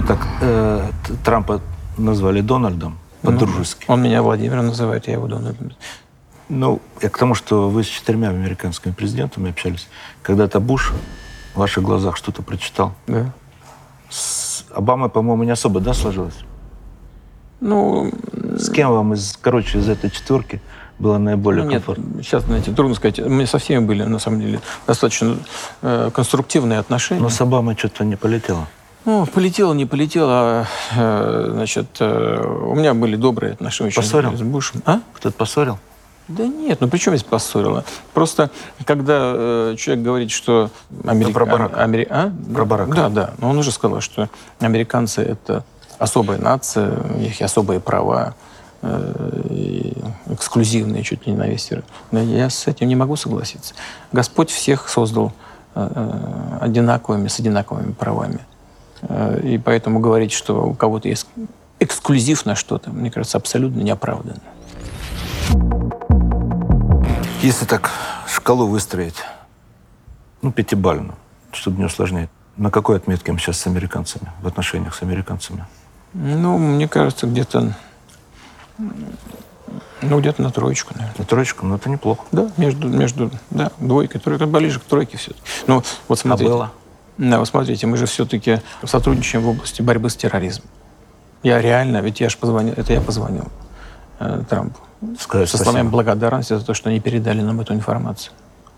Так Трампа назвали Дональдом по-дружески. Он меня Владимиром называет, я его Дональдом. Ну, я к тому, что вы с 4 американскими президентами общались. Когда-то Буш в ваших глазах что-то прочитал. Да. С Обамой, по-моему, не особо, да, сложилось? Ну, С кем вам из этой четверки было наиболее комфортно? Нет, сейчас, знаете, трудно сказать. У меня со всеми были, на самом деле, достаточно конструктивные отношения. Но с Обамой что-то не полетело. Ну, полетело, не полетело. Значит, у меня были добрые отношения Поссорил? с Бушем. А? Кто-то поссорил? Да нет, ну при чем здесь поссорило? Просто, когда человек говорит, что про Барака. Про Барака. Да. Но он уже сказал, что американцы — это особая нация, у них есть особые права, и эксклюзивные чуть ли не на весь мир. Но я с этим не могу согласиться. Господь всех создал одинаковыми, с одинаковыми правами. И поэтому говорить, что у кого-то есть эксклюзив на что-то, мне кажется, абсолютно неоправданно. Если так шкалу выстроить, 5-бальную, чтобы не усложнять, на какой отметке мы сейчас с американцами, в отношениях с американцами? Ну, мне кажется, где-то на троечку, наверное. На троечку? Ну, это неплохо. Да, между двойкой, тройкой, ближе к тройке все-таки. Ну, вот смотрите. А было? Да, вот смотрите, мы же все-таки сотрудничаем в области борьбы с терроризмом. Я реально, ведь я позвонил Трампу. Сказать со словами благодарности за то, что они передали нам эту информацию.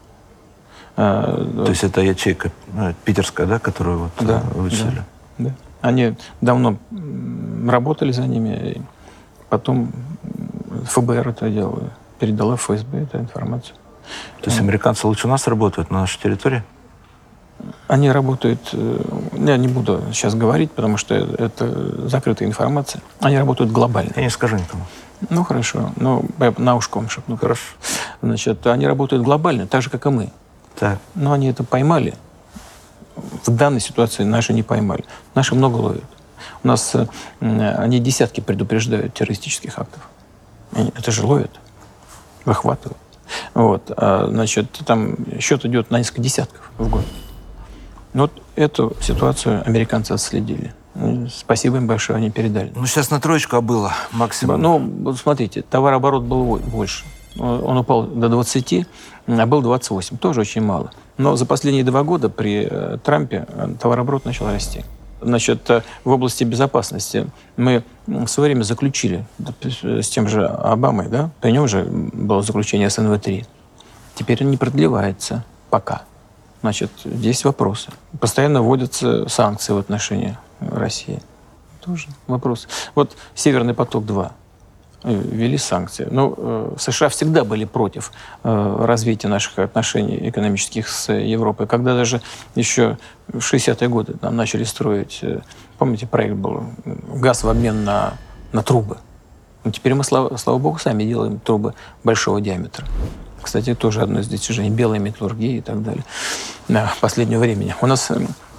То есть это ячейка питерская, да, которую вычислили? Да. Они давно работали за ними, и потом ФБР это делало, передало ФСБ эту информацию. То есть американцы лучше нас работают на нашей территории? Они работают, я не буду сейчас говорить, потому что это закрытая информация. Они работают глобально. Я не скажу никому. Ну, хорошо. Ну, я на ушко вам шепну. Хорошо. Значит, они работают глобально, так же, как и мы. Так. Но они это поймали. В данной ситуации наши не поймали. Наши много ловят. У нас они десятки предупреждают террористических актов. Это же ловят, выхватывают. Вот. Значит, там счет идет на несколько десятков в год. Вот эту ситуацию американцы отследили. Спасибо им большое, они передали. Ну, сейчас на троечку, а было максимум. Ну, вот смотрите, товарооборот был больше. Он упал до 20, а был 28. Тоже очень мало. Но за последние 2 года при Трампе товарооборот начал расти. Значит, в области безопасности мы в свое время заключили с тем же Обамой, да? При нем же было заключение СНВ-3. Теперь он не продлевается пока. Значит, здесь вопросы. Постоянно вводятся санкции в отношении России. Тоже вопрос. Вот «Северный поток-2» ввели санкции. Ну, США всегда были против развития наших отношений экономических с Европой. Когда даже еще в 60-е годы нам начали строить, помните, проект был «Газ в обмен на трубы». Но теперь мы, слава богу, сами делаем трубы большого диаметра. Кстати, тоже одно из достижений белой металлургии и так далее последнего времени. У нас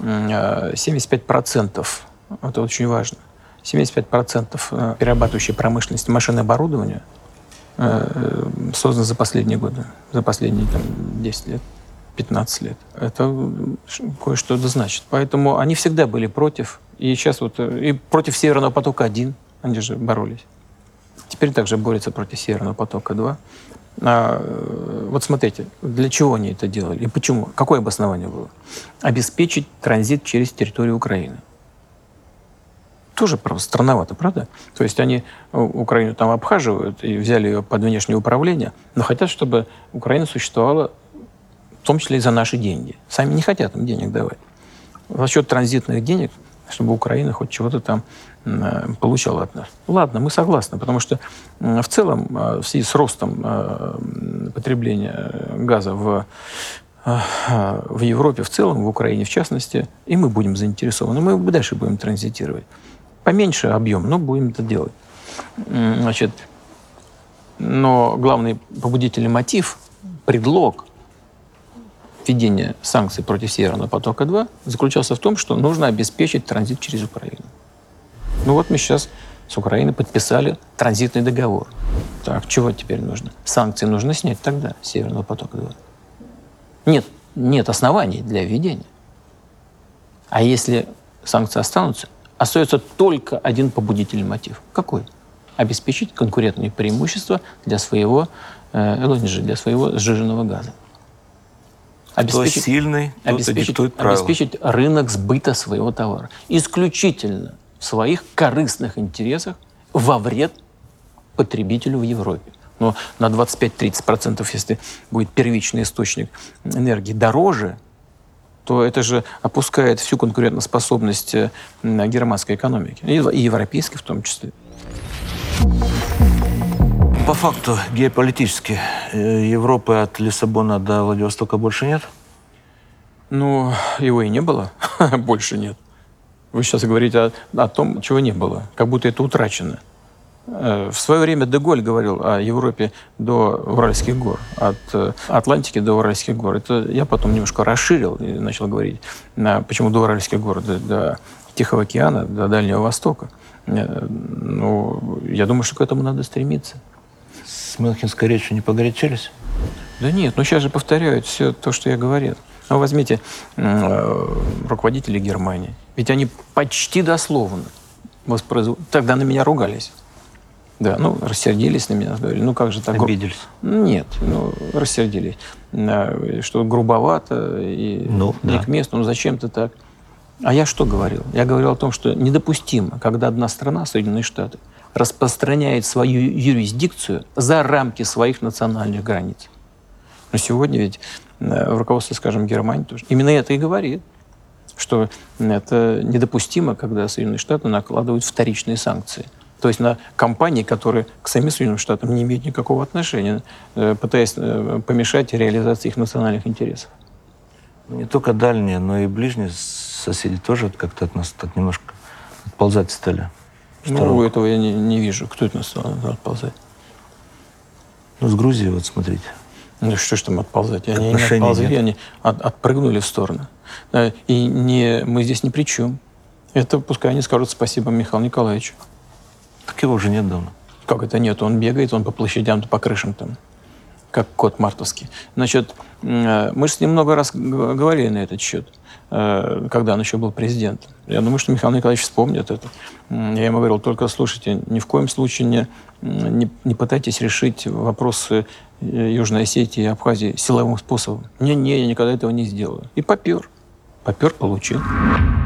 75%, это очень важно, 75% перерабатывающей промышленности машин и оборудования создано за последние годы, за последние 10 лет, 15 лет. Это кое-что значит. Поэтому они всегда были против. И сейчас и против Северного потока-1 они же боролись. Теперь также борются против Северного потока-2. Вот смотрите, для чего они это делали и почему? Какое обоснование было? Обеспечить транзит через территорию Украины. Тоже странновато, правда? То есть они Украину там обхаживают и взяли ее под внешнее управление, но хотят, чтобы Украина существовала в том числе и за наши деньги. Сами не хотят им денег давать. За счет транзитных денег, чтобы Украина хоть чего-то там получала от нас. Ладно, мы согласны, потому что в целом в связи с ростом потребления газа в Европе в целом, в Украине в частности, и мы будем заинтересованы. Мы дальше будем транзитировать. Поменьше объем, но будем это делать. Значит, но главный побудительный мотив, предлог введения санкций против Северного потока-2 заключался в том, что нужно обеспечить транзит через Украину. Ну вот мы сейчас с Украиной подписали транзитный договор. Так, чего теперь нужно? Санкции нужно снять тогда, с Северного потока-2. Нет оснований для введения. А если санкции останутся, остается только один побудительный мотив. Какой? Обеспечить конкурентные преимущества для своего LNG, для своего сжиженного газа. Кто сильный, тот и диктует правила. Обеспечить рынок сбыта своего товара. Исключительно в своих корыстных интересах во вред потребителю в Европе. Но на 25-30%, если будет первичный источник энергии дороже, то это же опускает всю конкурентоспособность германской экономики, и европейской в том числе. По факту, геополитически, Европы от Лиссабона до Владивостока больше нет? Ну, его и не было. Больше нет. Вы сейчас говорите о том, чего не было. Как будто это утрачено. В свое время Де-Голь говорил о Европе до Уральских гор, от Атлантики до Уральских гор. Это я потом немножко расширил и начал говорить, почему до Уральских гор, до Тихого океана, до Дальнего Востока. Ну, я думаю, что к этому надо стремиться. С Мюнхенской речью не погорячились? Да нет, ну сейчас же повторяют все то, что я говорил. Ну, возьмите руководителей Германии. Ведь они почти дословно воспроизводят. Тогда на меня ругались. Да, ну, рассердились на меня, говорили, ну, как же так? Обиделись? Нет, ну, рассердились. Что грубовато и не к месту, ну, зачем ты так? А я что говорил? Я говорил о том, что недопустимо, когда одна страна, Соединенные Штаты, распространяет свою юрисдикцию за рамки своих национальных границ. Но сегодня ведь в руководстве, скажем, Германии тоже именно это и говорит, что это недопустимо, когда Соединенные Штаты накладывают вторичные санкции. То есть на компании, которые к самим Соединенным Штатам не имеют никакого отношения, пытаясь помешать реализации их национальных интересов. Не только дальние, но и ближние соседи тоже как-то от нас так немножко отползать стали. Ну, этого я не вижу. Кто от нас стал отползать? Ну, с Грузией вот смотрите. Ну, что ж там отползать? Они не отползли, они отпрыгнули в сторону. И мы здесь ни при чем. Это пускай они скажут спасибо Михаилу Николаевичу. Так его уже нет давно. Как это нет? Он бегает, он по площадям, по крышам там, как кот мартовский. Значит, мы же с ним много раз говорили на этот счет, когда он еще был президентом. Я думаю, что Михаил Николаевич вспомнит это. Я ему говорил, только слушайте, ни в коем случае не пытайтесь решить вопросы Южной Осетии и Абхазии силовым способом. Не, я никогда этого не сделаю. И попер. Попер, получил.